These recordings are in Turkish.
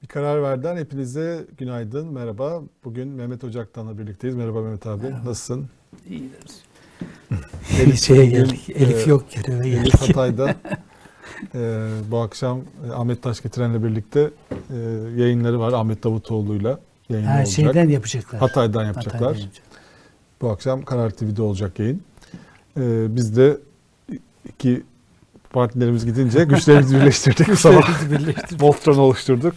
Bir karar verden hepinize günaydın, merhaba. Bugün Mehmet Ocaktan'la birlikteyiz. Merhaba Mehmet abi, Merhaba. nasılsın? İyidir. Elif Şeye bugün, geldik. Elif yok göreve Elif geldik. Hatay'da bu akşam Ahmet Taşgetiren'le birlikte yayınları var. Ahmet Davutoğlu'yla yayını Ha, olacak. şeyden yapacaklar. Hatay'dan yapacaklar. Hatay'dan yapacak. Bu akşam Karar TV'de olacak yayın. Biz de iki partilerimiz gidince güçlerimizi birleştirdik. Bu sabah Güçlerimizi birleştirdik. Voltron oluşturduk.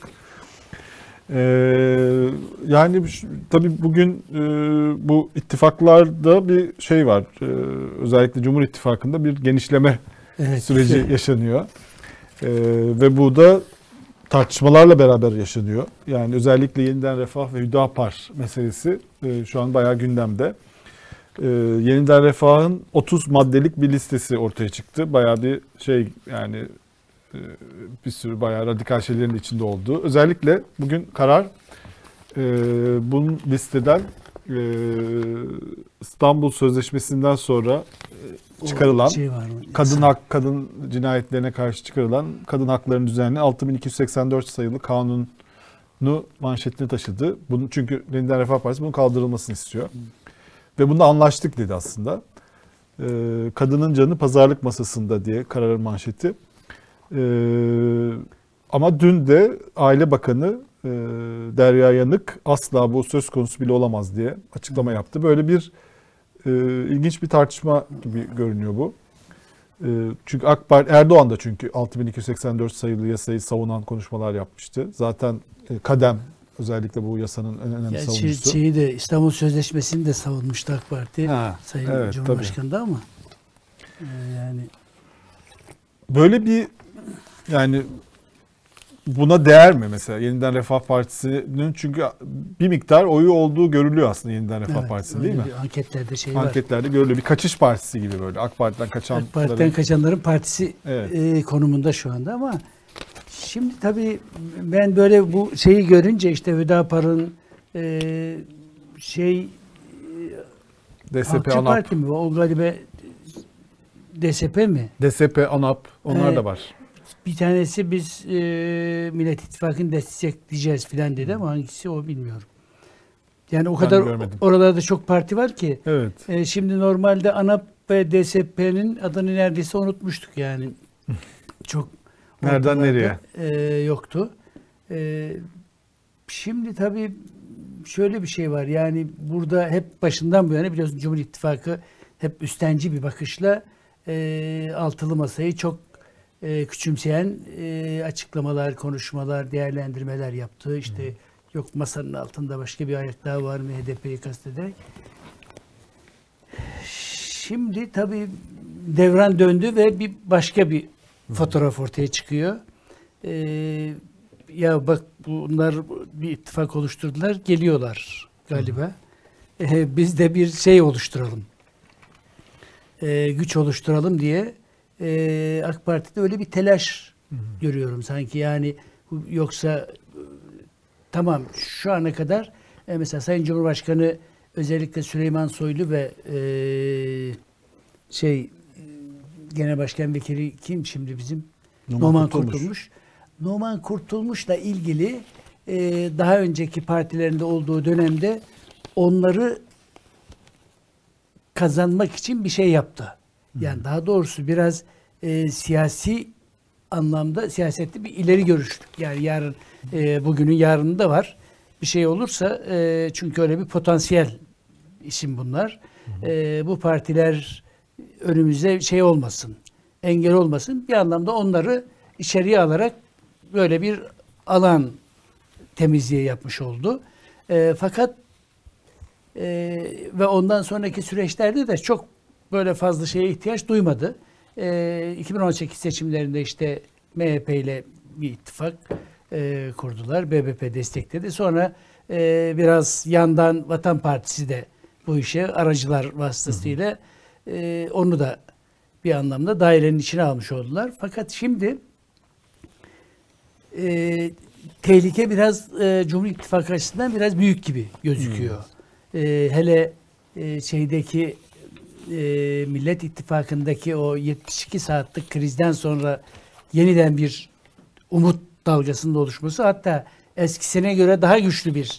Yani tabii bugün bu ittifaklarda bir şey var. Özellikle Cumhur İttifakı'nda bir genişleme Evet. süreci yaşanıyor. Ve bu da tartışmalarla beraber yaşanıyor. Yani özellikle Yeniden Refah ve Hüdapar meselesi şu an bayağı gündemde. Yeniden Refah'ın 30 maddelik bir listesi ortaya çıktı. Bayağı bir şey yani bir sürü bayağı radikal şeylerin de içinde olduğu. Özellikle bugün karar bunun listeden İstanbul Sözleşmesi'nden sonra çıkarılan Şey var, kadın cinayetlerine karşı çıkarılan kadın haklarını düzenleyen 6284 sayılı kanunu manşetine taşıdı. Bunu çünkü Yeniden Refah Partisi bunun kaldırılmasını istiyor. Ve bunda anlaştık dedi aslında. Kadının canı pazarlık masasında diye kararın manşeti. Ama dün de Aile Bakanı Derya Yanık asla bu söz konusu bile olamaz diye açıklama yaptı. Böyle bir ilginç bir tartışma gibi görünüyor bu. Çünkü AK Parti Erdoğan da çünkü 6284 sayılı yasayı savunan konuşmalar yapmıştı. Zaten Kadem özellikle bu yasanın en önemli savunucusu. Şeyi de İstanbul Sözleşmesi'ni de savunmuştu AK Parti. Sayın evet, Cumhurbaşkanı da ama yani böyle bir yani buna değer mi mesela Yeniden Refah Partisi'nin çünkü bir miktar oyu olduğu görülüyor aslında Yeniden Refah evet, Partisi değil mi? Anketlerde şey var. Anketlerde görülüyor. Bir kaçış partisi gibi böyle. AK Parti'den kaçanların. AK Parti'den kaçanların partisi Evet. konumunda şu anda ama şimdi tabii ben böyle bu şeyi görünce işte Hüdapar'ın DSP, Halkçı ANAP, Parti mi? O galiba DSP mi? DSP, ANAP onlar da var. Bir tanesi biz Millet İttifakı'nı destekleyeceğiz filan dedi ama hangisi o bilmiyorum. Yani o Ben kadar görmedim. oralarda çok parti var ki. Evet. Şimdi normalde ANAP ve DSP'nin adını neredeyse unutmuştuk yani. Çok Nereden nereye? Yoktu. Şimdi tabii şöyle bir şey var. Yani burada hep başından bu yana biliyorsun Cumhur İttifakı hep üstenci bir bakışla altılı masayı çok küçümseyen açıklamalar, konuşmalar, değerlendirmeler yaptı. İşte yok masanın altında başka bir ayak daha var mı HDP'yi kastederek. Şimdi tabii devran döndü ve bir başka bir fotoğraf ortaya çıkıyor. Ya bak bunlar bir ittifak oluşturdular, geliyorlar galiba. Biz de bir şey oluşturalım. Güç oluşturalım diye AK Parti'de öyle bir telaş görüyorum sanki. Yani yoksa tamam şu ana kadar mesela Sayın Cumhurbaşkanı özellikle Süleyman Soylu ve Genel Başkan Vekili kim şimdi bizim? Numan Kurtulmuş. Numan Kurtulmuş'la ilgili daha önceki partilerinde olduğu dönemde onları kazanmak için bir şey yaptı. Yani daha doğrusu biraz siyasi anlamda siyasette bir ileri görüşlük. Yani yarın bugünün yarını da var. Bir şey olursa çünkü öyle bir potansiyel isim bunlar. Bu partiler önümüze şey olmasın, engel olmasın. Bir anlamda onları içeriye alarak böyle bir alan temizliği yapmış oldu. Fakat ve ondan sonraki süreçlerde de çok böyle fazla şeye ihtiyaç duymadı. 2018 seçimlerinde işte MHP ile bir ittifak kurdular. BBP destekledi. Sonra biraz yandan Vatan Partisi de bu işe aracılar vasıtasıyla onu da bir anlamda dairenin içine almış oldular. Fakat şimdi tehlike biraz Cumhur İttifakı açısından biraz büyük gibi gözüküyor. Hele şeydeki Millet İttifakı'ndaki o 72 saatlik krizden sonra yeniden bir umut dalgasının oluşması, hatta eskisine göre daha güçlü bir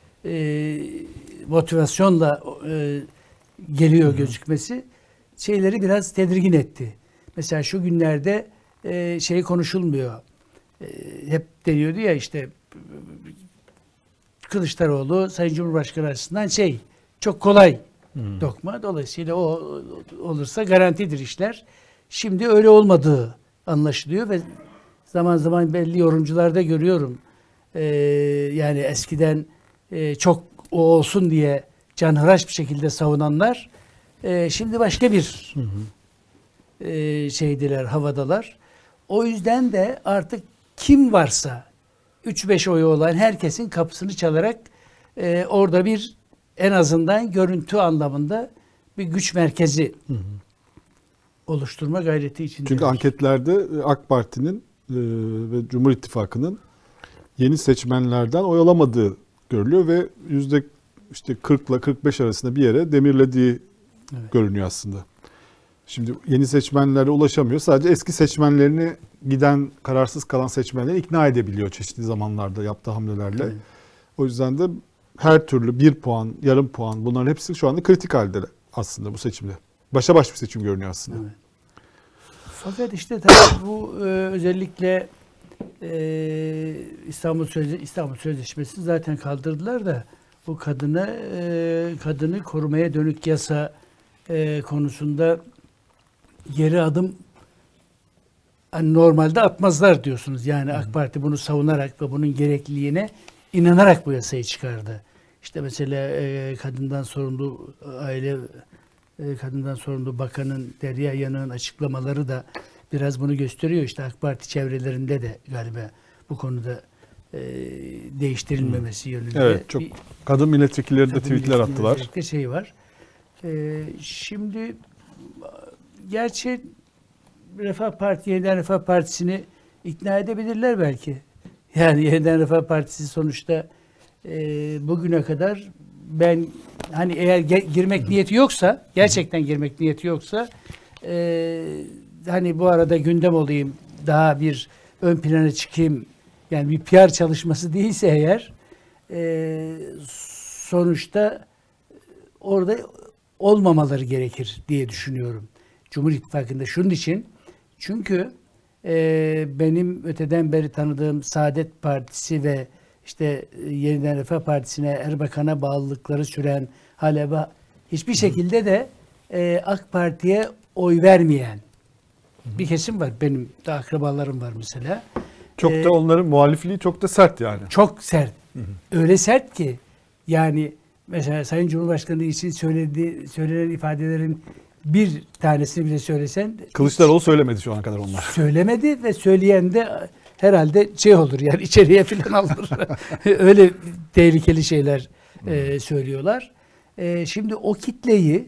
motivasyonla geliyor gözükmesi şeyleri biraz tedirgin etti. Mesela şu günlerde şey konuşulmuyor. Hep deniyordu ya işte Kılıçdaroğlu Sayın Cumhurbaşkanı açısından çok kolay dokma. Dolayısıyla o olursa garantidir işler. Şimdi öyle olmadığı anlaşılıyor ve zaman zaman belli yorumcularda görüyorum. Yani eskiden çok o olsun diye canhıraş bir şekilde savunanlar şimdi başka bir şeydiler, havadalar. O yüzden de artık kim varsa 3-5 oyu olan herkesin kapısını çalarak orada bir en azından görüntü anlamında bir güç merkezi oluşturma gayreti içinde. Çünkü anketlerde AK Parti'nin ve Cumhur İttifakı'nın yeni seçmenlerden oy alamadığı görülüyor ve işte 40 ile 45 arasında bir yere demirlediği görünüyor aslında. Şimdi yeni seçmenlere ulaşamıyor. Sadece eski seçmenlerini giden, kararsız kalan seçmenleri ikna edebiliyor çeşitli zamanlarda yaptığı hamlelerle. Evet. O yüzden de her türlü 1 puan, yarım puan bunların hepsi şu anda kritik halde aslında bu seçimde. Başa baş bir seçim görünüyor aslında. Evet. Fakat işte tabii bu özellikle İstanbul Sözleşmesi zaten kaldırdılar da bu kadını korumaya dönük yasa konusunda geri adım normalde atmazlar diyorsunuz. Yani AK Parti bunu savunarak ve bunun gerekliliğine inanarak bu yasayı çıkardı. İşte mesela kadından sorumlu bakanın Derya Yanık'ın açıklamaları da biraz bunu gösteriyor. İşte AK Parti çevrelerinde de galiba bu konuda değiştirilmemesi yönünde. Evet, çok kadın milletvekilleri de tweetler attılar. Var. Şimdi gerçi Yeniden Refah Partisi'ni ikna edebilirler belki. Yani Yeniden Refah Partisi sonuçta bugüne kadar ben hani eğer girmek niyeti yoksa, gerçekten girmek niyeti yoksa hani bu arada gündem olayım, daha bir ön plana çıkayım, yani bir PR çalışması değilse eğer sonuçta orada olmamaları gerekir diye düşünüyorum. Cumhur İttifakı'nda şunun için, çünkü benim öteden beri tanıdığım Saadet Partisi ve işte Yeniden Refah Partisi'ne, Erbakan'a bağlılıkları süren, hala hiçbir şekilde de AK Parti'ye oy vermeyen bir kesim var. Benim de akrabalarım var mesela. Çok da onların muhalifliği çok da sert yani. Çok sert. Öyle sert ki yani mesela Sayın Cumhurbaşkanı için söylenen ifadelerin bir tanesini bile söylesen. Kılıçdaroğlu söylemedi şu ana kadar onlar. Söylemedi ve söyleyen de herhalde olur yani içeriye falan alır. Öyle tehlikeli şeyler söylüyorlar. Şimdi o kitleyi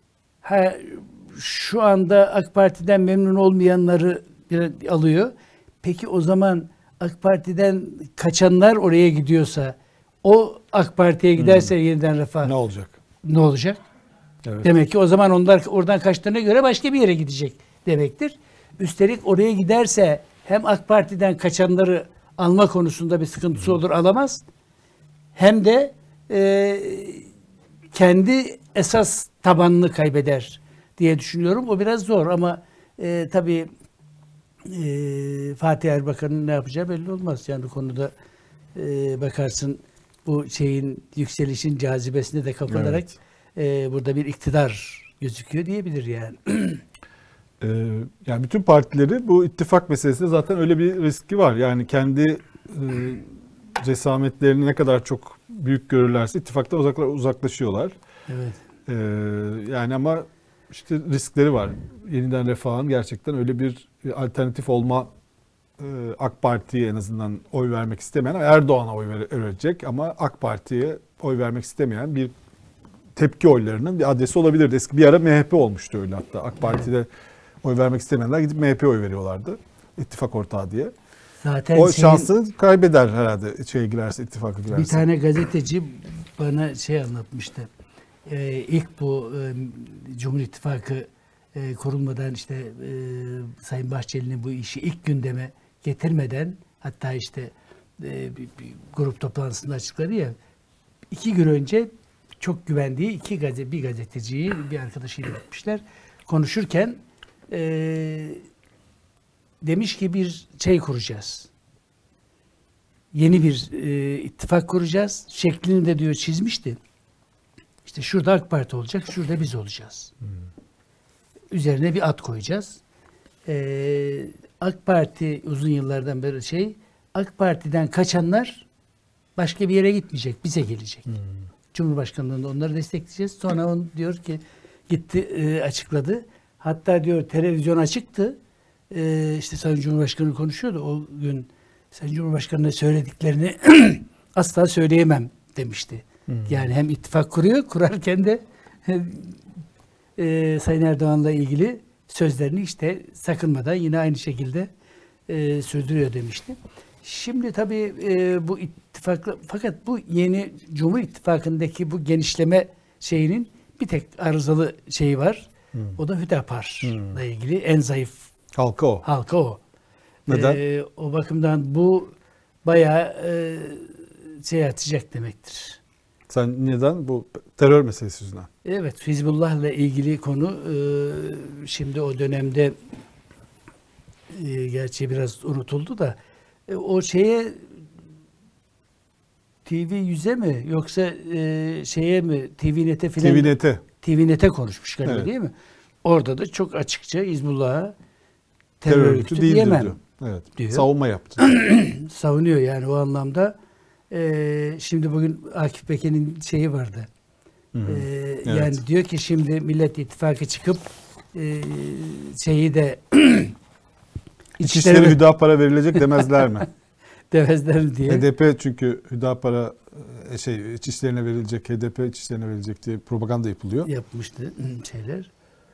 şu anda AK Parti'den memnun olmayanları alıyor. Peki o zaman AK Parti'den kaçanlar oraya gidiyorsa, o AK Parti'ye giderse Yeniden Refah ne olacak? Ne olacak? Evet. Demek ki o zaman onlar oradan kaçtığına göre başka bir yere gidecek demektir. Üstelik oraya giderse hem AK Parti'den kaçanları alma konusunda bir sıkıntısı olur, alamaz. Hem de kendi esas tabanını kaybeder diye düşünüyorum. O biraz zor ama tabii Fatih Erbakan'ın ne yapacağı belli olmaz. Yani bu konuda bakarsın bu yükselişin cazibesine de kapılarak burada bir iktidar gözüküyor diyebilir yani. Yani bütün partileri bu ittifak meselesinde zaten öyle bir riski var. Yani kendi cesametlerini ne kadar çok büyük görürlerse ittifaktan uzaklaşıyorlar. Evet. Yani ama işte riskleri var. Yeniden Refah'ın gerçekten öyle bir alternatif olma, AK Parti'ye en azından oy vermek istemeyen, Erdoğan'a oy verecek ama AK Parti'ye oy vermek istemeyen bir tepki oylarının bir adresi olabilirdi. Eski bir ara MHP olmuştu öyle hatta. AK Parti'de oy vermek istemeyenler gidip MHP'ye oy veriyorlardı. İttifak ortağı diye. Zaten o şansını kaybeder herhalde girerse, ittifaka girerse. Bir tane gazeteci bana anlatmıştı. İlk bu Cumhur İttifakı kurulmadan Sayın Bahçeli'nin bu işi ilk gündeme getirmeden, hatta bir grup toplantısında açıkladı ya. 2 gün önce çok güvendiği bir gazeteciyi bir arkadaşıyla gitmişler. Konuşurken demiş ki bir şey kuracağız. Yeni bir ittifak kuracağız. Şeklini de diyor çizmişti. İşte şurada AK Parti olacak, şurada biz olacağız. Üzerine bir at koyacağız. AK Parti uzun yıllardan beri AK Parti'den kaçanlar başka bir yere gitmeyecek, bize gelecek. Cumhurbaşkanlığında onları destekleyeceğiz. Sonra on diyor ki gitti açıkladı. Hatta diyor televizyon açıktı. İşte Sayın Cumhurbaşkanı konuşuyordu. O gün Sayın Cumhurbaşkanı'na söylediklerini asla söyleyemem demişti. Yani hem ittifak kuruyor, kurarken de Sayın Erdoğan'la ilgili sözlerini işte sakınmadan yine aynı şekilde sürdürüyor demişti. Şimdi tabii bu ittifakla, fakat bu yeni Cumhur İttifakı'ndaki bu genişleme şeyinin bir tek arızalı şeyi var. O da Hüdapar'la ilgili en zayıf halka o. Neden? O bakımdan bu bayağı atacak demektir. Sen neden? Bu terör meselesi yüzünden. Evet, Hizbullah'la ilgili konu şimdi o dönemde gerçi biraz unutuldu da o TV100'e mi yoksa mi TVNet'e filan TVNet'e konuşmuş galiba, evet, değil mi? Orada da çok açıkça Hizbullah'a terör örgütü diyemem diyor. Evet. Diyor. Savunma yaptı. Savunuyor yani o anlamda. Şimdi bugün Akif Peker'in şeyi vardı. Evet. Yani diyor ki şimdi Millet İttifakı çıkıp de İçişleri Hüdapar'a verilecek demezler mi? Demezler diye. HDP çünkü Hüdapar'a İçişleri'ne verilecek, HDP İçişleri'ne verilecek diye propaganda yapılıyor. Yapmıştı şeyler.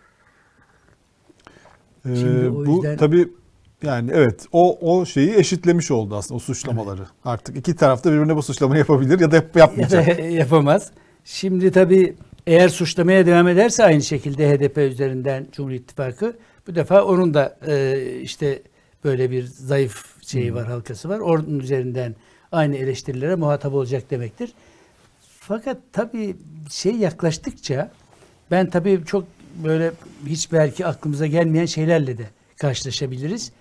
Bu yüzden... tabii yani evet o şeyi eşitlemiş oldu aslında, o suçlamaları. Evet. Artık iki tarafta birbirine bu suçlamayı yapabilir ya da yapmayacak. Ya da yapamaz. Şimdi tabii eğer suçlamaya devam ederse aynı şekilde HDP üzerinden Cumhur İttifakı, bu defa onun da işte böyle bir zayıf şeyi var, halkası var. Onun üzerinden aynı eleştirilere muhatap olacak demektir. Fakat tabii yaklaştıkça ben tabii çok böyle hiç belki aklımıza gelmeyen şeylerle de karşılaşabiliriz.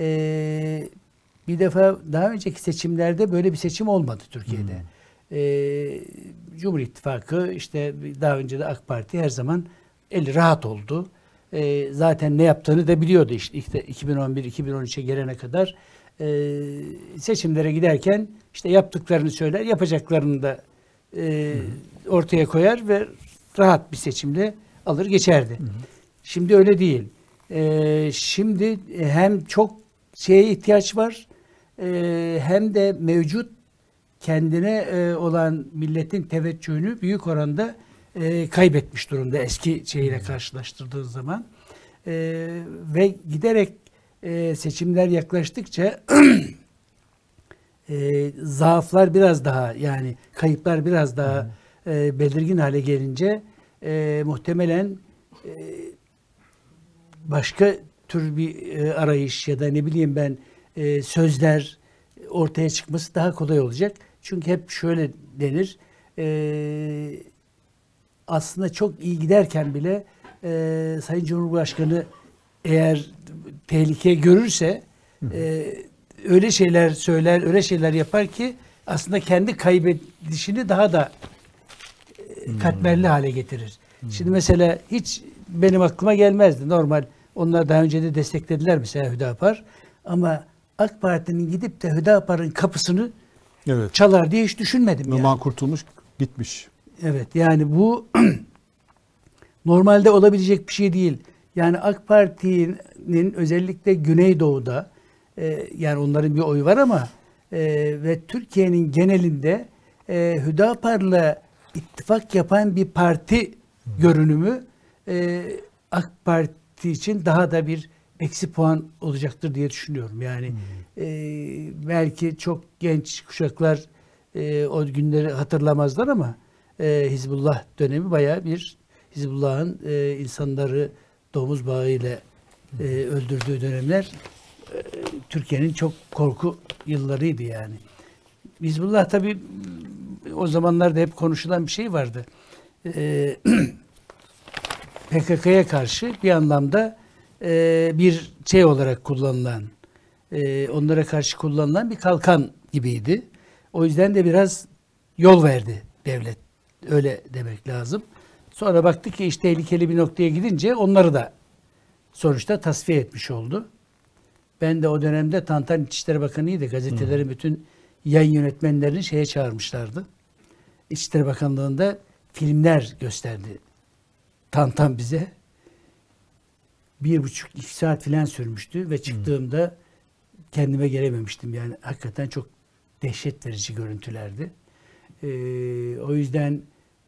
Bir defa daha önceki seçimlerde böyle bir seçim olmadı Türkiye'de. Cumhur İttifakı işte daha önce de AK Parti her zaman eli rahat oldu. Zaten ne yaptığını da biliyordu işte 2011-2013'e gelene kadar seçimlere giderken işte yaptıklarını söyler, yapacaklarını da ortaya koyar ve rahat bir seçimle alır geçerdi. Şimdi öyle değil. Şimdi hem çok ihtiyaç var hem de mevcut kendine olan milletin teveccühünü büyük oranda kaybetmiş durumda eski şeyle karşılaştırdığın zaman. Ve giderek seçimler yaklaştıkça zaaflar biraz daha, yani kayıplar biraz daha belirgin hale gelince muhtemelen başka tür bir arayış ya da ne bileyim ben sözler ortaya çıkması daha kolay olacak. Çünkü hep şöyle denir, aslında çok iyi giderken bile Sayın Cumhurbaşkanı eğer tehlike görürse öyle şeyler söyler, öyle şeyler yapar ki aslında kendi kaybedişini daha da katmerli hale getirir. Şimdi mesela hiç benim aklıma gelmezdi. Normal onlar daha önce de desteklediler mesela Hüdapar. Ama AK Parti'nin gidip de Hüdapar'ın kapısını çalar diye hiç düşünmedim. Numan Kurtulmuş gitmiş. Evet, yani bu normalde olabilecek bir şey değil. Yani AK Parti'nin özellikle Güneydoğu'da yani onların bir oyu var ama ve Türkiye'nin genelinde Hüdapar'la ittifak yapan bir parti görünümü AK Parti için daha da bir eksi puan olacaktır diye düşünüyorum. Yani belki çok genç kuşaklar o günleri hatırlamazlar ama Hizbullah dönemi bayağı bir Hizbullah'ın insanları domuz bağıyla öldürdüğü dönemler Türkiye'nin çok korku yıllarıydı yani. Hizbullah tabii o zamanlarda hep konuşulan bir şey vardı. PKK'ya karşı bir anlamda bir şey olarak kullanılan, onlara karşı kullanılan bir kalkan gibiydi. O yüzden de biraz yol verdi devlet. Öyle demek lazım. Sonra baktık ki işte tehlikeli bir noktaya gidince onları da sonuçta tasfiye etmiş oldu. Ben de o dönemde Tantan İçişleri Bakanı'ydı. Gazetelerin bütün yayın yönetmenlerini şeye çağırmışlardı. İçişleri Bakanlığı'nda filmler gösterdi Tantan bize. 1,5-2 saat filan sürmüştü ve çıktığımda kendime gelememiştim. Yani hakikaten çok dehşet verici görüntülerdi. O yüzden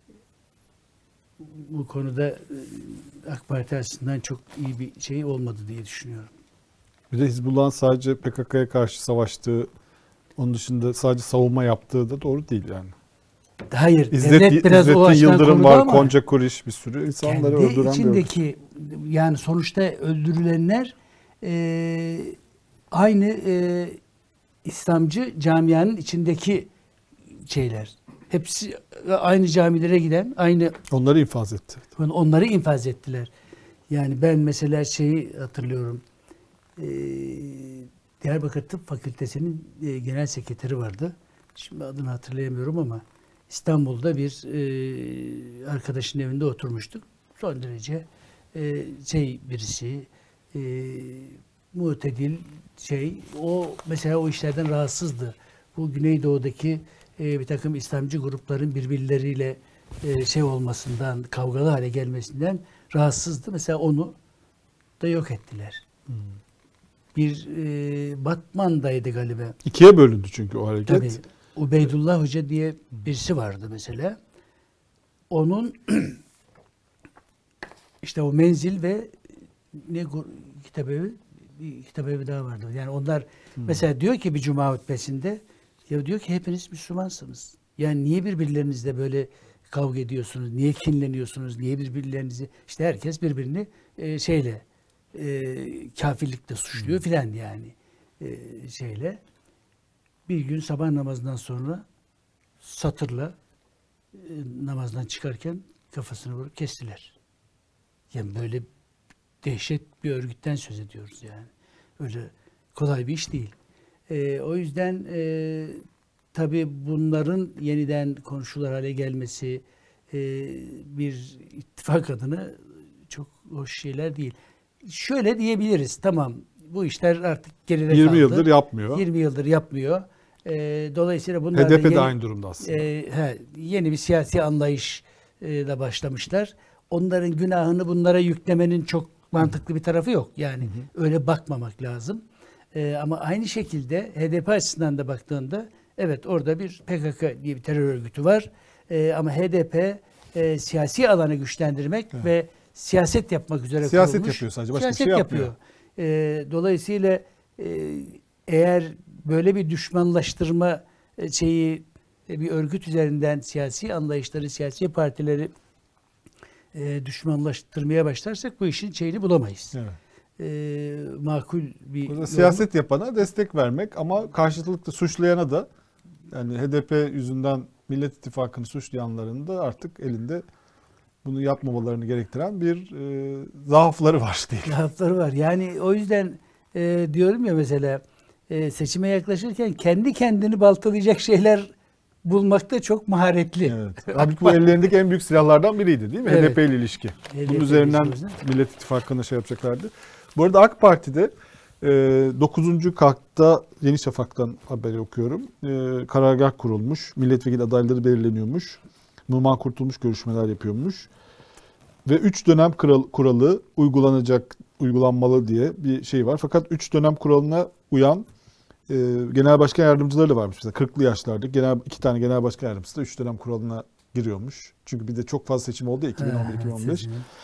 bu konuda AK Parti açısından çok iyi bir şey olmadı diye düşünüyorum. Bir de Hizbullah'ın sadece PKK'ya karşı savaştığı, onun dışında sadece savunma yaptığı da doğru değil yani. Hayır, devlet biraz o İzzettin açıdan Yıldırım konuda var, ama Gonca Kuriş, bir sürü insanları kendi öldüren bir içindeki yani sonuçta öldürülenler aynı İslamcı camianın içindeki şeyler. Hepsi aynı camilere giden, aynı onları infaz etti. onları infaz ettiler. Yani ben mesela şeyi hatırlıyorum. Diyarbakır Tıp Fakültesi'nin genel sekreteri vardı. Şimdi adını hatırlayamıyorum ama İstanbul'da bir arkadaşın evinde oturmuştuk. Son derece birisi mu'tedil o mesela o işlerden rahatsızdı. Bu Güneydoğu'daki bir takım İslamcı grupların birbirleriyle olmasından, kavgalı hale gelmesinden rahatsızdı. Mesela onu da yok ettiler. Bir Batman'daydı galiba. İkiye bölündü çünkü o hareket. Tabii. Ubeydullah Hoca diye birisi vardı mesela. Onun işte o menzil ve kitap evi daha vardı. Yani onlar mesela diyor ki bir cuma hutbesinde ya diyor ki hepiniz Müslümansınız. Yani niye birbirlerinizle böyle kavga ediyorsunuz? Niye kinleniyorsunuz? Niye birbirlerinizi işte herkes birbirini kafirlikle suçluyor filan yani bir gün sabah namazından sonra satırla namazdan çıkarken kafasını vurup kestiler. Yani böyle dehşet bir örgütten söz ediyoruz yani. Öyle kolay bir iş değil. O yüzden tabii bunların yeniden konuşulur hale gelmesi bir ittifak adına çok hoş şeyler değil. Şöyle diyebiliriz. Tamam bu işler artık geride kaldı. 20 yıldır yapmıyor. 20 yıldır yapmıyor. Dolayısıyla bunlar HDP de aynı durumda aslında. Yeni bir siyasi anlayışla başlamışlar. Onların günahını bunlara yüklemenin çok mantıklı bir tarafı yok. Yani öyle bakmamak lazım. Ama aynı şekilde HDP açısından da baktığında evet orada bir PKK diye bir terör örgütü var. Ama HDP siyasi alanı güçlendirmek ve siyaset yapmak üzere siyaset kurulmuş. Yapıyor sadece. Başka Siyaset bir şey yapmıyor. Dolayısıyla eğer böyle bir düşmanlaştırma bir örgüt üzerinden siyasi anlayışları, siyasi partileri düşmanlaştırmaya başlarsak bu işin şeyini bulamayız. Evet. Makul bir Burada siyaset yapana destek vermek ama karşılıklı suçlayana da yani HDP yüzünden Millet İttifakı'nı suçlayanların da artık elinde bunu yapmamalarını gerektiren bir zaafları var diye. Zaafları var. Yani o yüzden diyorum ya mesela seçime yaklaşırken kendi kendini baltalayacak şeyler bulmakta çok maharetli. Evet. Halbuki bu ellerindeki en büyük silahlardan biriydi değil mi? Evet. HDP ile ilişki. HDP Bunun üzerinden ilişki. Millet İttifakı'na yapacaklardı. Bu arada AK Parti'de 9. katta Yeni Şafak'tan haberi okuyorum. Karargah kurulmuş. Milletvekili adayları belirleniyormuş. Numan Kurtulmuş görüşmeler yapıyormuş. Ve 3 dönem kuralı uygulanmalı diye bir şey var. Fakat 3 dönem kuralına uyan genel başkan yardımcıları da varmış. Mesela 40'lı yaşlarda 2 tane genel başkan yardımcısı da 3 dönem kuralına giriyormuş. Çünkü bir de çok fazla seçim oldu ya 2011-2015.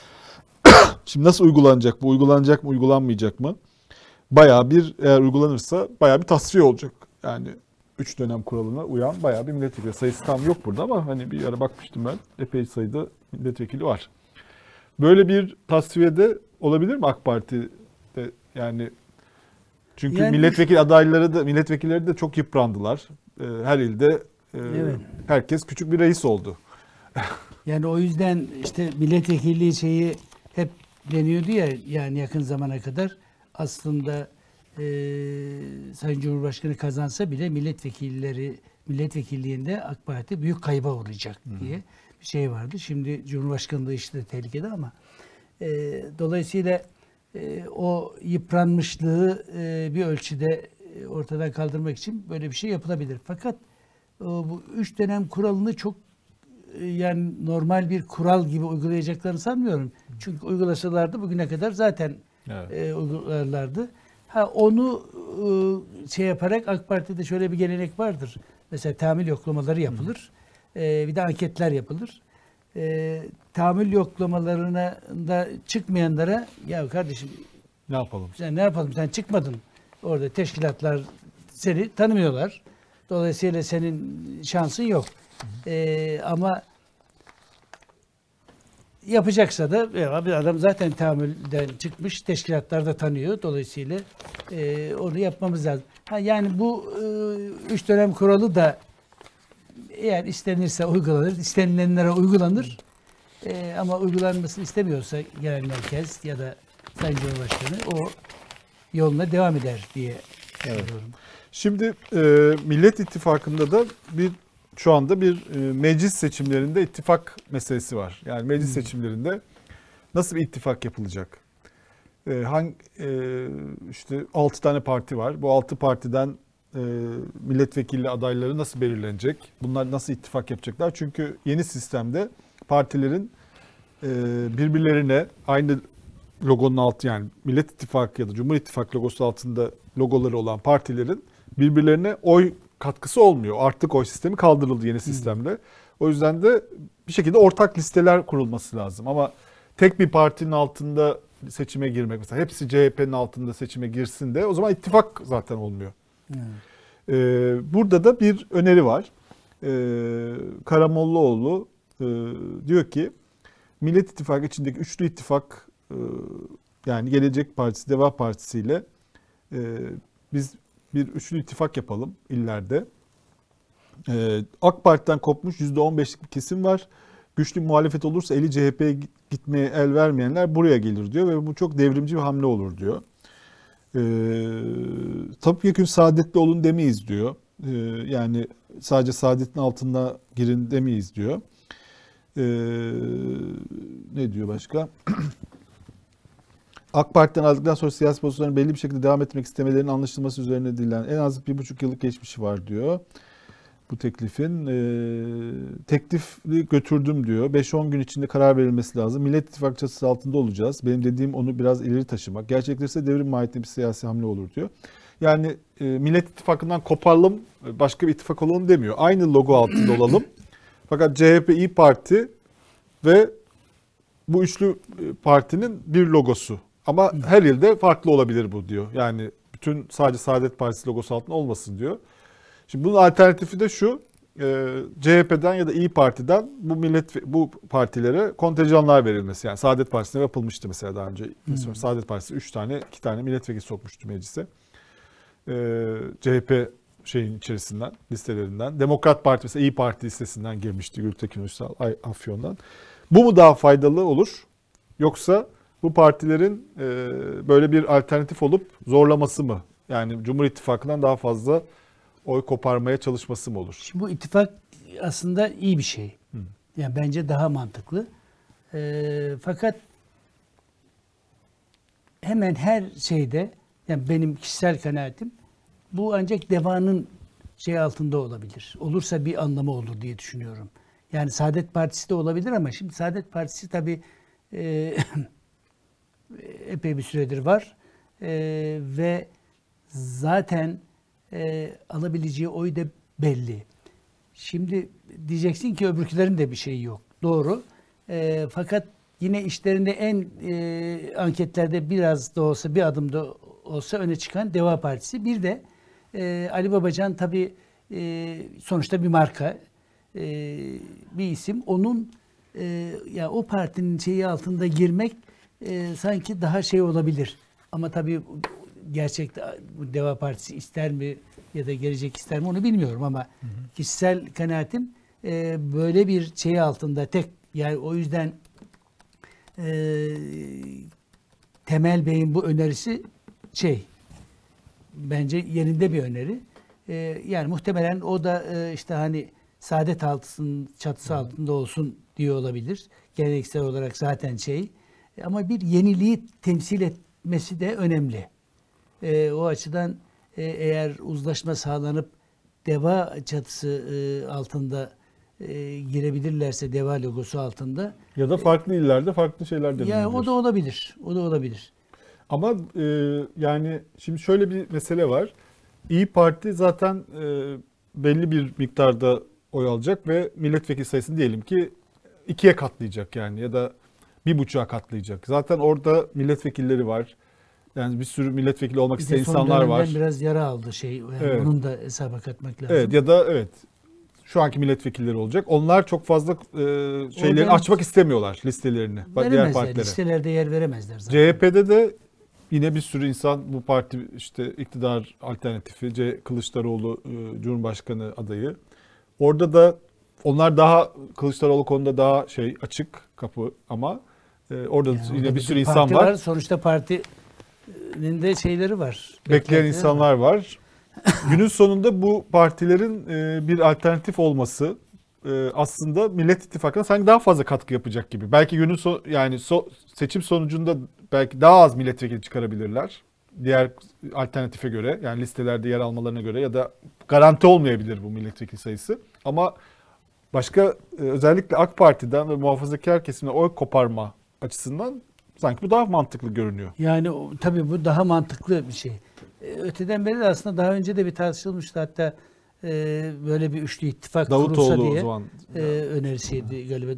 Şimdi nasıl uygulanacak bu? Uygulanacak mı, uygulanmayacak mı? Eğer uygulanırsa bayağı bir tasfiye olacak. Yani 3 dönem kuralına uyan bayağı bir milletvekili. Sayısı tam yok burada ama hani bir ara bakmıştım ben. Epey sayıda milletvekili var. Böyle bir tasfiyede olabilir mi AK Parti'de? Yani çünkü milletvekilleri de çok yıprandılar. her ilde Evet. herkes küçük bir reis oldu. Yani o yüzden işte milletvekilliği şeyi hep deniyordu ya, yani yakın zamana kadar aslında Sayın Cumhurbaşkanı kazansa bile milletvekilliğinde AK Parti büyük kayba uğrayacak diye bir şey vardı. Şimdi Cumhurbaşkanlığı işte tehlikede ama dolayısıyla o yıpranmışlığı bir ölçüde ortadan kaldırmak için böyle bir şey yapılabilir. Fakat bu 3 dönem kuralını çok yani normal bir kural gibi uygulayacaklarını sanmıyorum. Çünkü uygulasalardı bugüne kadar zaten uygularlardı. Onu şey yaparak AK Parti'de şöyle bir gelenek vardır. Mesela tahammül yoklamaları yapılır. Bir de anketler yapılır. Tahammül yoklamalarına da çıkmayanlara ya kardeşim Ne yapalım? sen ne yapalım, sen çıkmadın. Orada teşkilatlar seni tanımıyorlar. Dolayısıyla senin şansın yok. Ama yapacaksa da bir adam zaten tahammülden çıkmış, teşkilatlar da tanıyor. Dolayısıyla onu yapmamız lazım. Yani bu 3 dönem kuralı da eğer istenirse uygulanır, istenilenlere uygulanır. Ama uygulanmasını istemiyorsa genel merkez ya da Sayın Cumhurbaşkanı o yoluna devam eder diye düşünüyorum. Şimdi Millet İttifakı'nda da şu anda bir meclis seçimlerinde ittifak meselesi var. Yani meclis seçimlerinde nasıl bir ittifak yapılacak? İşte 6 tane parti var. Bu 6 partiden milletvekili adayları nasıl belirlenecek? Bunlar nasıl ittifak yapacaklar? Çünkü yeni sistemde partilerin birbirlerine aynı logonun altı, yani Millet İttifakı ya da Cumhur İttifakı logosu altında logoları olan partilerin birbirlerine oy katkısı olmuyor. Artık oy sistemi kaldırıldı yeni sistemle. O yüzden de bir şekilde ortak listeler kurulması lazım. Ama tek bir partinin altında seçime girmek, mesela hepsi CHP'nin altında seçime girsin de o zaman ittifak zaten olmuyor. Burada da bir öneri var. Karamollaoğlu diyor ki Millet İttifakı içindeki üçlü ittifak, yani Gelecek Partisi, Deva Partisi ile biz bir üçlü ittifak yapalım illerde. AK Parti'den kopmuş %15'lik bir kesim var. Güçlü muhalefet olursa eli CHP'ye gitmeye el vermeyenler buraya gelir diyor ve bu çok devrimci bir hamle olur diyor. Topyekün saadetli olun demeyiz diyor. Yani sadece saadetin altında girin demeyiz diyor. Ne diyor başka? AK Parti'den aldıktan sonra siyasi pozisyonlarına belli bir şekilde devam etmek istemelerinin anlaşılması üzerine dilenen en az 1,5 yıllık geçmişi var diyor. Bu teklifin teklifi götürdüm diyor. 5-10 gün içinde karar verilmesi lazım. Millet İttifakı çatısı altında olacağız. Benim dediğim onu biraz ileri taşımak. Gerçekleşirse devrim mahiyetli bir siyasi hamle olur diyor. Yani Millet İttifakı'ndan koparalım, başka bir ittifak olalım demiyor. Aynı logo altında olalım. Fakat CHP, İYİ Parti ve bu üçlü partinin bir logosu. Ama her ilde farklı olabilir bu diyor. Yani bütün sadece Saadet Partisi logosu altında olmasın diyor. Şimdi bunun alternatifi de şu. CHP'den ya da İYİ Parti'den bu partilere kontenjanlar verilmesi. Yani Saadet Partisi'ne yapılmıştı mesela daha önce. Saadet Partisi 2 tane milletvekili sokmuştu meclise. CHP içerisinden, listelerinden. Demokrat Parti mesela İYİ Parti listesinden girmişti Gültekin Uysal Afyon'dan. Bu mu daha faydalı olur? Yoksa bu partilerin böyle bir alternatif olup zorlaması mı? Yani Cumhur İttifakı'ndan daha fazla oy koparmaya çalışması mı olur? Şimdi bu ittifak aslında iyi bir şey. Yani bence daha mantıklı. Fakat hemen her şeyde, yani benim kişisel kanaatim, bu ancak devanın altında olabilir. Olursa bir anlamı olur diye düşünüyorum. Yani Saadet Partisi de olabilir ama şimdi Saadet Partisi tabii epey bir süredir var. Ve zaten alabileceği oy da belli. Şimdi diyeceksin ki öbürkülerin de bir şeyi yok. Doğru. Fakat yine işlerinde anketlerde biraz da olsa, bir adım da olsa öne çıkan Deva Partisi. Bir de Ali Babacan tabii sonuçta bir marka, bir isim. Onun ya o partinin altında girmek sanki daha olabilir. Ama tabii gerçekte bu Deva Partisi ister mi ya da gelecek ister mi onu bilmiyorum ama kişisel kanaatim böyle bir şey altında yani o yüzden Temel Bey'in bu önerisi bence yerinde bir öneri. Yani muhtemelen o da işte hani Saadet çatısı altında olsun diyor olabilir. Geleneksel olarak zaten ama bir yeniliği temsil etmesi de önemli. O açıdan eğer uzlaşma sağlanıp Deva çatısı altında girebilirlerse, Deva logosu altında. Ya da farklı illerde farklı şeyler deneyebilir. Yani o da olabilir. O da olabilir. Ama yani şimdi şöyle bir mesele var. İyi Parti zaten belli bir miktarda oy alacak ve milletvekili sayısını diyelim ki 2'ye katlayacak yani ya da 1,5'a katlayacak. Zaten orada milletvekilleri var. Yani bir sürü milletvekili olmak isteyen insanlar var. Biraz yara aldı yani evet. Onun da hesaba katmak lazım. Evet ya da şu anki milletvekilleri olacak. Onlar çok fazla şeylerini açmak istemiyorlar listelerini diğer partilere. Listelerde yer veremezler zaten. CHP'de de yine bir sürü insan bu parti işte iktidar alternatifi Kılıçdaroğlu Cumhurbaşkanı adayı. Orada da onlar daha Kılıçdaroğlu konuda daha açık kapı ama orada Yani yine bir sürü insan var. Sonuçta partinin de şeyleri var. Bekleyen insanlar var. Günün sonunda bu partilerin bir alternatif olması aslında Millet İttifakı'na sanki daha fazla katkı yapacak gibi. Belki günün seçim sonucunda belki daha az milletvekili çıkarabilirler. Diğer alternatife göre yani listelerde yer almalarına göre ya da garanti olmayabilir bu milletvekili sayısı. Ama başka özellikle AK Parti'den ve muhafazakar kesimden oy koparma açısından sanki bu daha mantıklı görünüyor. Yani tabii bu daha mantıklı bir şey. Öteden beri de aslında daha önce de bir tartışılmıştı. Hatta böyle bir üçlü ittifak kurulsa diye önerisiydi galiba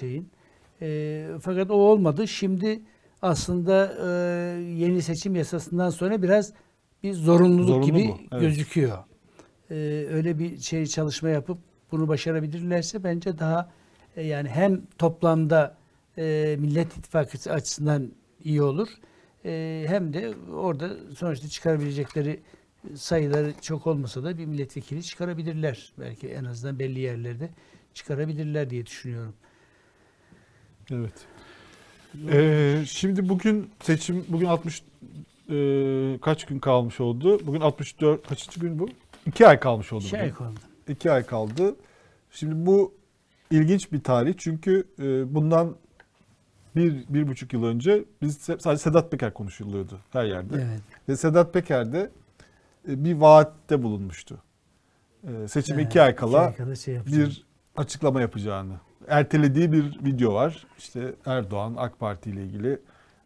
fakat o olmadı. Şimdi aslında yeni seçim yasasından sonra biraz bir zorunlu gibi gözüküyor. Öyle bir çalışma yapıp bunu başarabilirlerse bence daha yani hem toplamda Millet İttifakı açısından iyi olur. Hem de orada sonuçta çıkarabilecekleri sayıları çok olmasa da bir milletvekili çıkarabilirler. Belki en azından belli yerlerde çıkarabilirler diye düşünüyorum. Evet. Şimdi bugün 60 kaç gün kalmış oldu? Bugün 64 kaçıncı gün bu? 2 ay kalmış oldu. 2 ay kaldı. 2 ay kaldı. Şimdi bu ilginç bir tarih çünkü bundan 1,5 yıl önce sadece Sedat Peker konuşuluyordu her yerde. Evet. Ve Sedat Peker de bir vaatte bulunmuştu. Seçime 2 ay kala bir açıklama yapacağını. Ertelediği bir video var. İşte Erdoğan AK Parti ile ilgili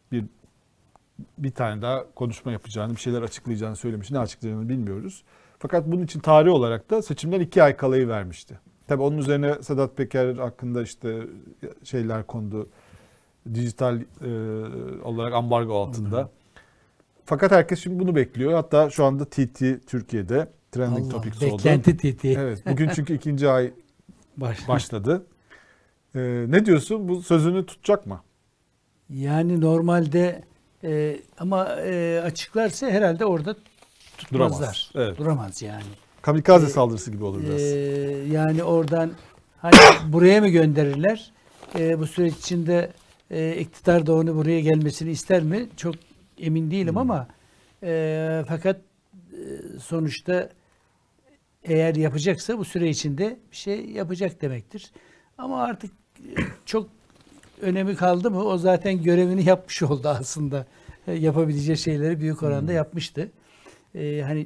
bir tane daha konuşma yapacağını, bir şeyler açıklayacağını söylemiş. Ne açıklayacağını bilmiyoruz. Fakat bunun için tarih olarak da seçimden 2 ay kalayı vermişti. Tabii onun üzerine Sedat Peker hakkında işte şeyler kondu. Dijital olarak ambargo altında. Fakat herkes şimdi bunu bekliyor. Hatta şu anda TT Türkiye'de trending topics oldu. Beklenti TT. Evet. Bugün çünkü 2. ay başladı. Ne diyorsun? Bu sözünü tutacak mı? Yani normalde ama açıklarsa herhalde orada tutmazlar. Duramaz. Evet. Duramaz yani. Kamikaze saldırısı gibi olur biraz. Yani oradan hani buraya mı gönderirler? Bu süreç içinde iktidar da onu buraya gelmesini ister mi? Çok emin değilim ama fakat sonuçta eğer yapacaksa bu süre içinde bir şey yapacak demektir. Ama artık çok önemi kaldı mı? O zaten görevini yapmış oldu aslında. Yapabileceği şeyleri büyük oranda yapmıştı. Hani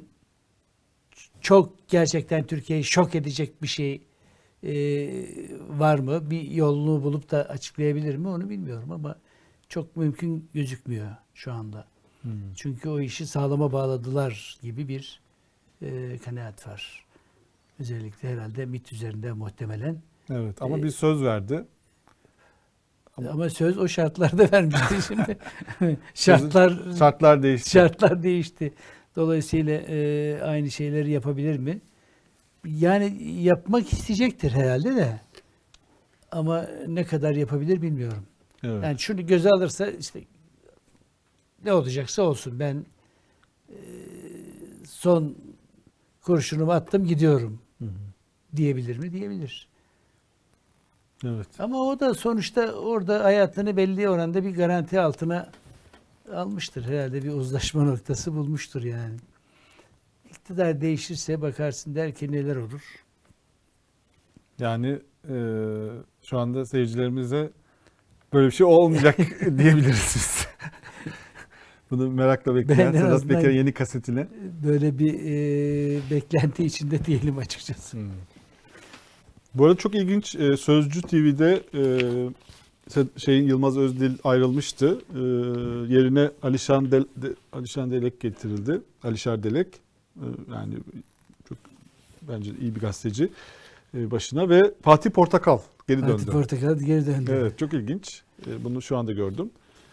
çok gerçekten Türkiye'yi şok edecek bir şey var mı? Bir yolunu bulup da açıklayabilir mi? Onu bilmiyorum ama çok mümkün gözükmüyor şu anda. Çünkü o işi sağlama bağladılar gibi bir kanaat var. Özellikle herhalde MİT üzerinde muhtemelen. Evet ama bir söz verdi. Ama söz o şartlarda vermişti şimdi. Şartlar değişti. Şartlar değişti. Dolayısıyla aynı şeyleri yapabilir mi? Yani yapmak isteyecektir herhalde de. Ama ne kadar yapabilir bilmiyorum. Evet. Yani şunu göze alırsa işte ne olacaksa olsun. Ben son kurşunumu attım gidiyorum Hı hı. diyebilir mi? Diyebilir. Evet. Ama o da sonuçta orada hayatını belli oranda bir garanti altına almıştır. Herhalde bir uzlaşma noktası bulmuştur yani. İktidar değişirse bakarsın der ki neler olur. Yani şu anda seyircilerimize böyle bir şey olmayacak diyebiliriz biz. Bunu merakla bekleyen Ben en Sedat azından Peker'in yeni kasetine. böyle bir beklenti içinde değilim açıkçası. Bu arada çok ilginç, Sözcü TV'de Yılmaz Özdil ayrılmıştı. Yerine Alişan Delek getirildi. Alişar Delek. Yani çok bence iyi bir gazeteci başına ve Fatih Portakal geri döndü. Fatih Portakal geri döndü. Evet, çok ilginç. Bunu şu anda gördüm.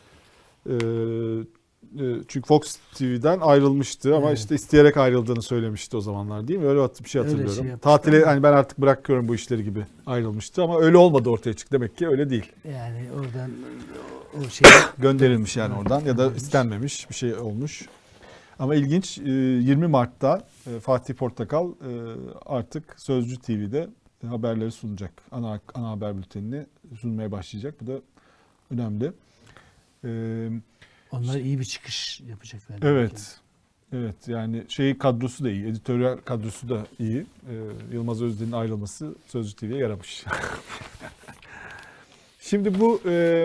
Çünkü Fox TV'den ayrılmıştı ama Evet. işte isteyerek ayrıldığını söylemişti o zamanlar, değil mi? Öyle bir şey Öyle hatırlıyorum. şey yapmıştı Tatile ama- hani ben artık bırakıyorum bu işleri gibi ayrılmıştı ama öyle olmadı, ortaya çıktı. Demek ki öyle değil. Yani oradan o şey Gönderilmiş yani oradan ya da Gönderilmiş. istenmemiş bir şey olmuş. Ama ilginç, 20 Mart'ta Fatih Portakal artık Sözcü TV'de haberleri sunacak. Ana haber bültenini sunmaya başlayacak. Bu da önemli. onlar iyi bir çıkış yapacaklar. Evet. Evet, yani kadrosu da iyi. Editörel kadrosu da iyi. Yılmaz Özdil'in ayrılması Sözcü TV'ye yaramış. Şimdi bu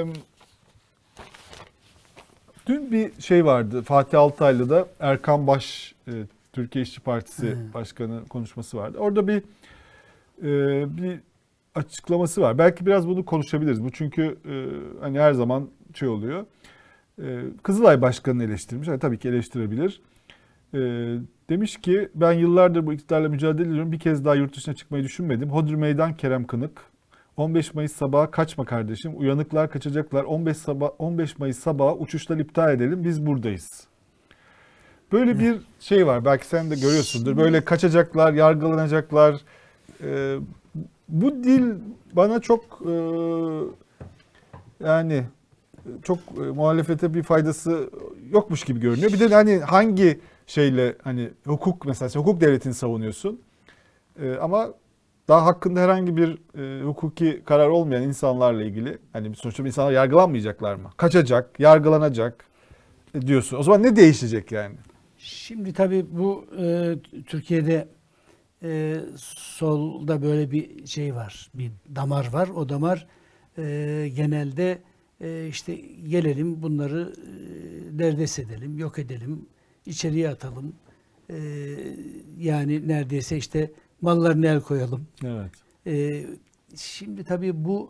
dün bir şey vardı. Fatih Altaylı'da Erkan Baş Türkiye İşçi Partisi Başkanı konuşması vardı. Orada bir açıklaması var. Belki biraz bunu konuşabiliriz. Bu çünkü hani her zaman şey oluyor. Kızılay Başkanı'nı eleştirmiş. Yani tabii ki eleştirebilir. Demiş ki ben yıllardır bu iktidarla mücadele ediyorum. Bir kez daha yurt dışına çıkmayı düşünmedim. Hodri meydan Kerem Kınık. 15 Mayıs sabahı kaçma kardeşim. Uyanıklar kaçacaklar. 15 Mayıs sabahı uçuşlar iptal edelim. Biz buradayız. Böyle bir şey var. Belki sen de görüyorsundur. Böyle kaçacaklar, yargılanacaklar. Bu dil bana çok yani çok muhalefete bir faydası yokmuş gibi görünüyor. Bir de hani hangi şeyle, hani hukuk, mesela sen hukuk devletini savunuyorsun. Ama daha hakkında herhangi bir hukuki karar olmayan insanlarla ilgili, hani sonuçta insanlar yargılanmayacaklar mı? Kaçacak, yargılanacak diyorsun. O zaman ne değişecek yani? Şimdi tabii bu Türkiye'de solda böyle bir şey var. Bir damar var. O damar genelde işte gelelim bunları derdest edelim, yok edelim, içeriye atalım. Yani neredeyse işte mallarına el koyalım. Evet. Şimdi tabii bu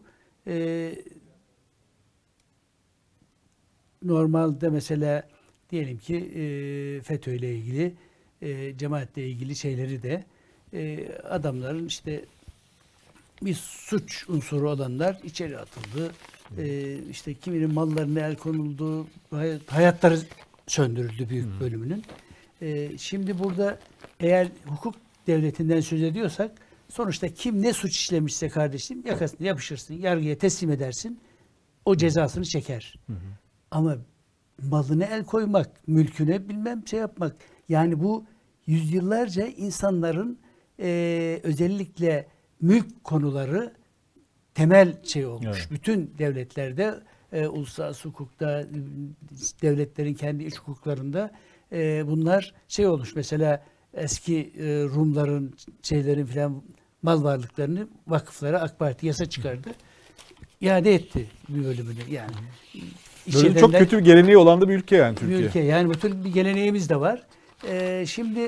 normalde mesela diyelim ki FETÖ ile ilgili, cemaatle ilgili şeyleri de adamların işte bir suç unsuru olanlar içeri atıldı. İşte kiminin mallarına el konuldu, hayatları söndürüldü büyük bölümünün. Şimdi burada eğer hukuk devletinden söz ediyorsak, sonuçta kim ne suç işlemişse kardeşim yakasını yapışırsın, yargıya teslim edersin, o cezasını çeker. Ama malına el koymak, mülküne bilmem şey yapmak, yani bu yüzyıllarca insanların özellikle mülk konuları temel şey olmuş. Evet. Bütün devletlerde, uluslararası hukukta, devletlerin kendi iç hukuklarında bunlar şey olmuş. Mesela eski Rumların şeylerin filan mal varlıklarını vakıflara AK Parti yasa çıkardı. İade etti bir bölümünü yani. Böyle çok kötü bir geleneği olan da bir ülke yani Türkiye. Bir ülke. Yani bu tür bir geleneğimiz de var. Şimdi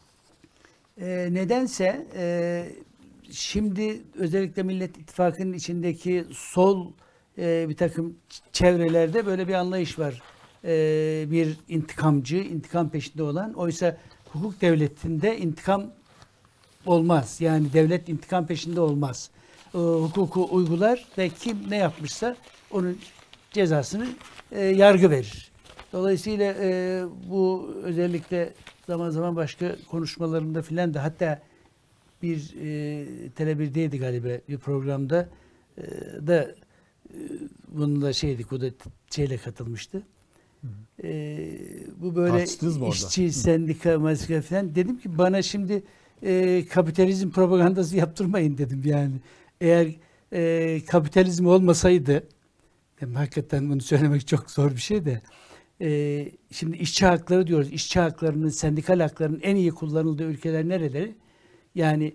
nedense şimdi özellikle Millet İttifakı'nın içindeki sol bir takım çevrelerde böyle bir anlayış var. Bir intikamcı, intikam peşinde olan. Oysa hukuk devletinde intikam olmaz. Yani devlet intikam peşinde olmaz. Hukuku uygular ve kim ne yapmışsa onun cezasını yargı verir. Dolayısıyla bu özellikle zaman zaman başka konuşmalarımda filan da, hatta bir Tele1'deydi galiba bir programda da bununla şeydik, o da şeyle katılmıştı. Bu böyle Tartıştınız mı orada? işçi, sendika, masika falan. Dedim ki bana şimdi kapitalizm propagandası yaptırmayın dedim yani. Eğer kapitalizm olmasaydı, hakikaten bunu söylemek çok zor bir şey de, şimdi işçi hakları diyoruz. İşçi haklarının, sendikal haklarının en iyi kullanıldığı ülkeler nereleri? Yani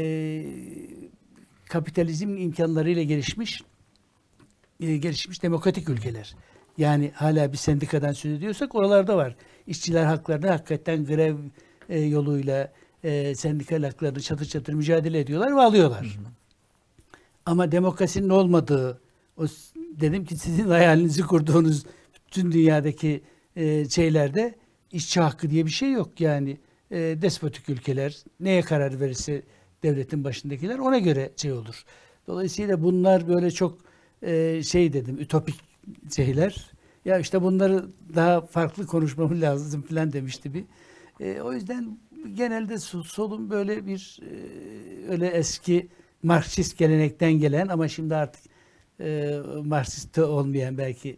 kapitalizmin imkanlarıyla gelişmiş demokratik ülkeler. Yani hala bir sendikadan söz ediyorsak oralarda var. İşçiler haklarını hakikaten grev yoluyla sendikal haklarını çatır çatır mücadele ediyorlar ve alıyorlar. Ama demokrasinin olmadığı, dedim ki sizin hayalinizi kurduğunuz bütün dünyadaki şeylerde işçi hakkı diye bir şey yok. Yani despotik ülkeler neye karar verirse devletin başındakiler ona göre şey olur. Dolayısıyla bunlar böyle çok dedim, ütopik şeyler. Ya işte bunları daha farklı konuşmamız lazım falan demişti bir. O yüzden genelde solun böyle bir öyle eski Marksist gelenekten gelen ama şimdi artık Marksist olmayan belki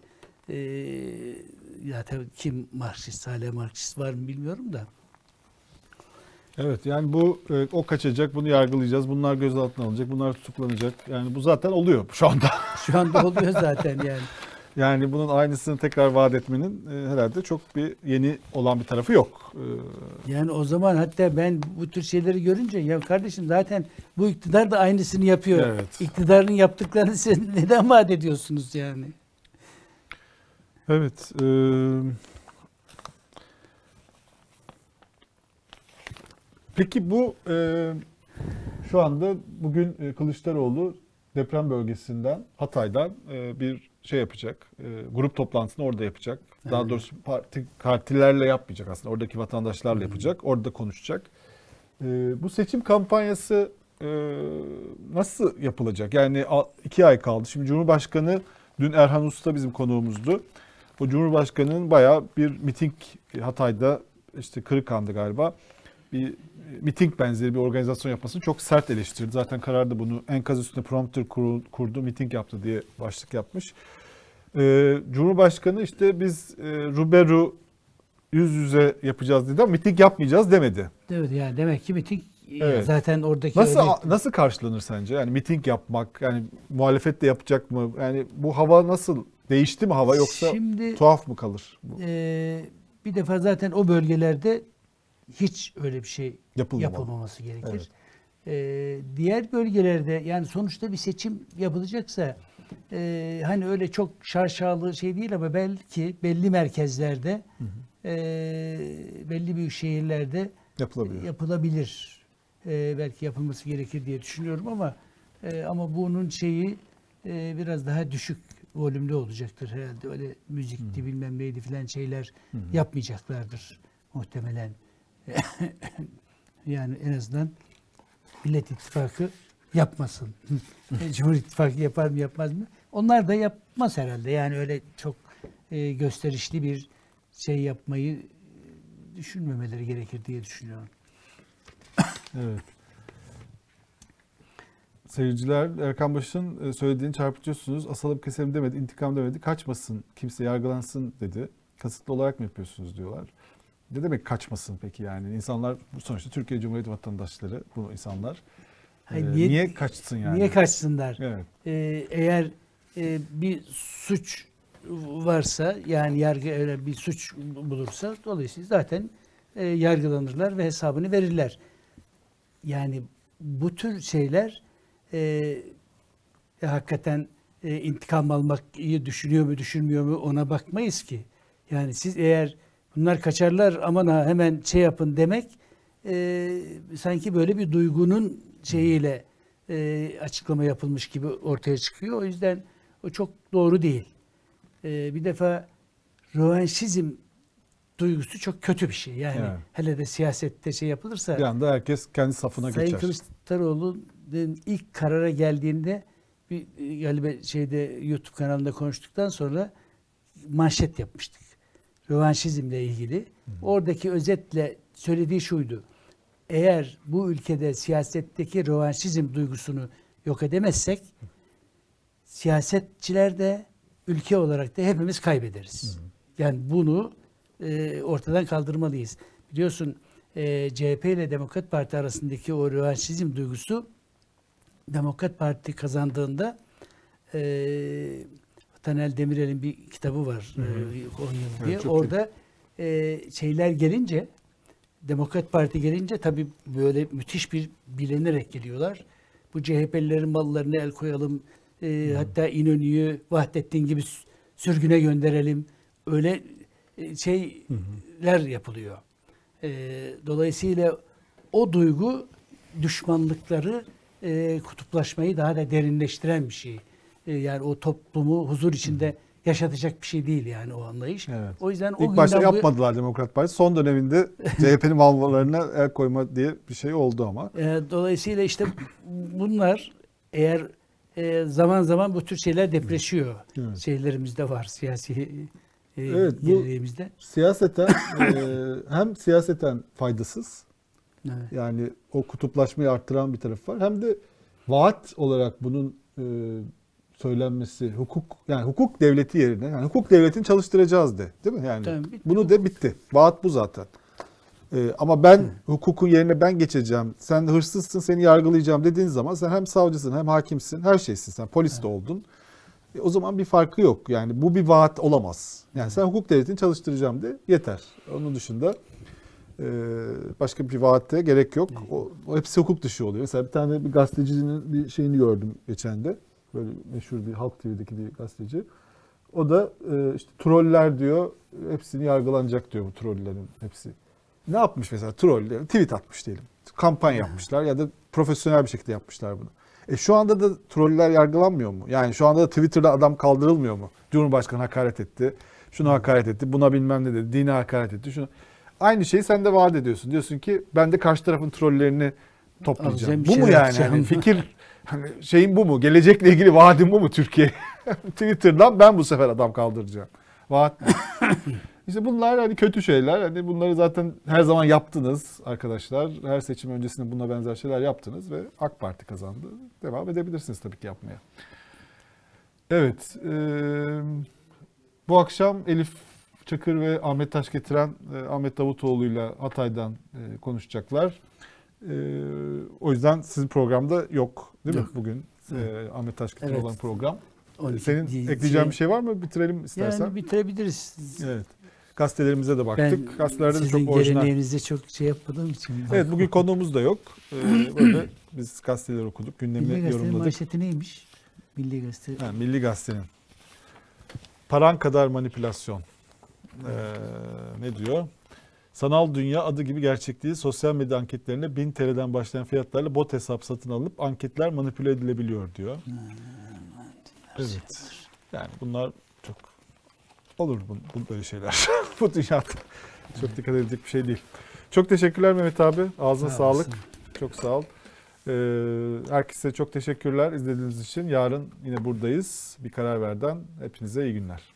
ya tabii kim Marksist, hala Marksist var mı bilmiyorum da. Evet, yani bu o kaçacak, bunu yargılayacağız, bunlar gözaltına alınacak, bunlar tutuklanacak. Yani bu zaten oluyor şu anda. Şu anda oluyor zaten yani. Yani bunun aynısını tekrar vaat etmenin herhalde çok bir yeni olan bir tarafı yok. Yani o zaman hatta ben bu tür şeyleri görünce ya kardeşim zaten bu iktidar da aynısını yapıyor. Evet. İktidarın yaptıklarını siz neden vaat ediyorsunuz yani? Evet. Peki bu şu anda bugün Kılıçdaroğlu deprem bölgesinden, Hatay'dan bir şey yapacak. Grup toplantısını orada yapacak. Daha doğrusu partilerle yapmayacak aslında. Oradaki vatandaşlarla yapacak. Orada konuşacak. Bu seçim kampanyası nasıl yapılacak? Yani 2 ay kaldı. Şimdi Cumhurbaşkanı, dün Erhan Usta bizim konuğumuzdu. O Cumhurbaşkanı'nın bayağı bir miting Hatay'da, işte Kırıkhan'da galiba, bir miting benzeri bir organizasyon yapmasını çok sert eleştirdi. Zaten kararda bunu enkaz üstüne prompter kurdu, miting yaptı diye başlık yapmış. Cumhurbaşkanı işte biz ruberu yüz yüze yapacağız dedi ama miting yapmayacağız demedi. Evet yani demek ki miting Evet. zaten oradaki Nasıl karşılanır sence? Yani miting yapmak, yani muhalefet de yapacak mı? Yani bu hava nasıl? Değişti mi hava, yoksa şimdi, tuhaf mı kalır? bir defa zaten o bölgelerde hiç öyle bir şey Yapılmamalı. yapılmaması gerekir. Evet. Diğer bölgelerde yani sonuçta bir seçim yapılacaksa hani öyle çok şaşalı şey değil ama belki belli merkezlerde belli büyük şehirlerde yapılabilir. Belki yapılması gerekir diye düşünüyorum ama bunun şeyi biraz daha düşük volümde olacaktır herhalde. Öyle müzikti bilmem neydi filan şeyler yapmayacaklardır muhtemelen. Yani en azından Millet İttifakı yapmasın. Cumhur İttifakı yapar mı yapmaz mı? Onlar da yapmaz herhalde. Yani öyle çok gösterişli bir şey yapmayı düşünmemeleri gerekir diye düşünüyorum. Evet. Seyirciler Erkan Baş'ın söylediğini çarpıtıyorsunuz. Asalım keselim demedi, intikam demedi. Kaçmasın, kimse yargılansın dedi. Kasıtlı olarak mı yapıyorsunuz diyorlar. Ne demek kaçmasın peki yani? İnsanlar sonuçta Türkiye Cumhuriyeti vatandaşları, bu insanlar. Niye kaçsın yani? Niye kaçsınlar? Evet. Eğer bir suç varsa, yani yargı öyle bir suç bulursa dolayısıyla zaten yargılanırlar ve hesabını verirler. Yani bu tür şeyler hakikaten intikam almak iyi düşünüyor mu düşünmüyor mu ona bakmayız ki. Yani siz eğer bunlar kaçarlar aman ha hemen şey yapın demek sanki böyle bir duygunun şeyiyle açıklama yapılmış gibi ortaya çıkıyor. O yüzden o çok doğru değil. Bir defa rövanşizm duygusu çok kötü bir şey. Yani evet. Hele de siyasette şey yapılırsa bir anda herkes kendi safına Sayın geçer. Kılıçdaroğlu'nun ilk karara geldiğinde bir galiba YouTube kanalında konuştuktan sonra manşet yapmıştık. Rövanşizmle ilgili. Oradaki özetle söylediği şuydu. Eğer bu ülkede siyasetteki rövanşizm duygusunu yok edemezsek siyasetçiler de ülke olarak da hepimiz kaybederiz. Yani bunu ortadan kaldırmalıyız. Biliyorsun CHP ile Demokrat Parti arasındaki o rövanşizm duygusu Demokrat Parti kazandığında Taner Demirel'in bir kitabı var 10 yıl diye. Evet, orada şeyler gelince Demokrat Parti gelince tabii böyle müthiş bir bilenerek geliyorlar. Bu CHP'lilerin mallarına el koyalım. Hatta İnönü'yü Vahdettin gibi sürgüne gönderelim. Öyle şeyler yapılıyor. Dolayısıyla o duygu düşmanlıkları kutuplaşmayı daha da derinleştiren bir şey. Yani o toplumu huzur içinde yaşatacak bir şey değil yani o anlayış. Evet. O yüzden İlk başta yapmadılar Demokrat Parti. Son döneminde CHP'nin mallarına el koyma diye bir şey oldu ama. Dolayısıyla işte bunlar eğer zaman zaman bu tür şeyler depreşiyor. Evet. Şeylerimizde var siyasi Evet, bu geleneğimizde. siyaseten hem siyaseten faydasız, Evet. yani o kutuplaşmayı arttıran bir taraf var. Hem de vaat olarak bunun söylenmesi, hukuk devleti yerine, yani hukuk devletini çalıştıracağız de, değil mi? Yani Tabii, bitti. bunu de bitti. Vaat bu zaten. Ama ben hukukun yerine ben geçeceğim, sen hırsızsın, seni yargılayacağım dediğin zaman sen hem savcısın hem hakimsin, her şeysin, sen polis de oldun. O zaman bir farkı yok. Yani bu bir vaat olamaz. Yani sen hukuk devletini çalıştıracağım de yeter. Onun dışında başka bir vaatte gerek yok. O hepsi hukuk dışı oluyor. Mesela bir tane bir gazetecinin bir şeyini gördüm geçen de. Böyle meşhur bir Halk TV'deki bir gazeteci. O da işte troller diyor, hepsini yargılanacak diyor bu trollerin hepsi. Ne yapmış mesela troller? Tweet atmış diyelim. Kampanya yapmışlar ya da profesyonel bir şekilde yapmışlar bunu. Şu anda da troller yargılanmıyor mu? Yani şu anda da Twitter'da adam kaldırılmıyor mu? Cumhurbaşkanı hakaret etti, şunu hakaret etti, buna bilmem ne dedi, dine hakaret etti, şunu. Aynı şeyi sen de vaat ediyorsun. Diyorsun ki ben de karşı tarafın trollerini toplayacağım. Bu mu yani? Hani fikir, hani şeyin bu mu? Gelecekle ilgili vaadim bu mu Türkiye? Twitter'dan ben bu sefer adam kaldıracağım. Vaat mi? İşte bunlar hani kötü şeyler. Hani bunları zaten her zaman yaptınız arkadaşlar. Her seçim öncesinde buna benzer şeyler yaptınız ve AK Parti kazandı. Devam edebilirsiniz tabii ki yapmaya. Evet. Bu akşam Elif Çakır ve Ahmet Taşgetiren Ahmet Davutoğlu'yla Hatay'dan konuşacaklar. O yüzden sizin programda yok değil mi bugün? Ahmet Taşgetiren olan program. Senin ekleyeceğin bir şey var mı? Bitirelim istersen. Yani bitirebiliriz. Evet. Gazetelerimize de baktık. Ben gazetelerde de çok sizin orijinal. geleneğinizde çok şey yapmadığım için. Evet, bugün konuğumuz da yok. Böyle biz gazeteleri okuduk, gündemi Milli Gazete'nin yorumladık. manşeti neymiş? Milli Gazete. Milli Gazete'nin. Paran kadar manipülasyon. Ne diyor? Sanal dünya adı gibi gerçek değil. Sosyal medya anketlerine 1000 TL'den başlayan fiyatlarla bot hesap satın alınıp anketler manipüle edilebiliyor diyor. Evet. Yani bunlar çok olur böyle şeyler. Bu dünyada çok dikkat edilecek bir şey değil. Çok teşekkürler Mehmet abi. Ağzına sağlık. Çok sağ ol. Herkese çok teşekkürler izlediğiniz için. Yarın yine buradayız. Bir karar verden. Hepinize iyi günler.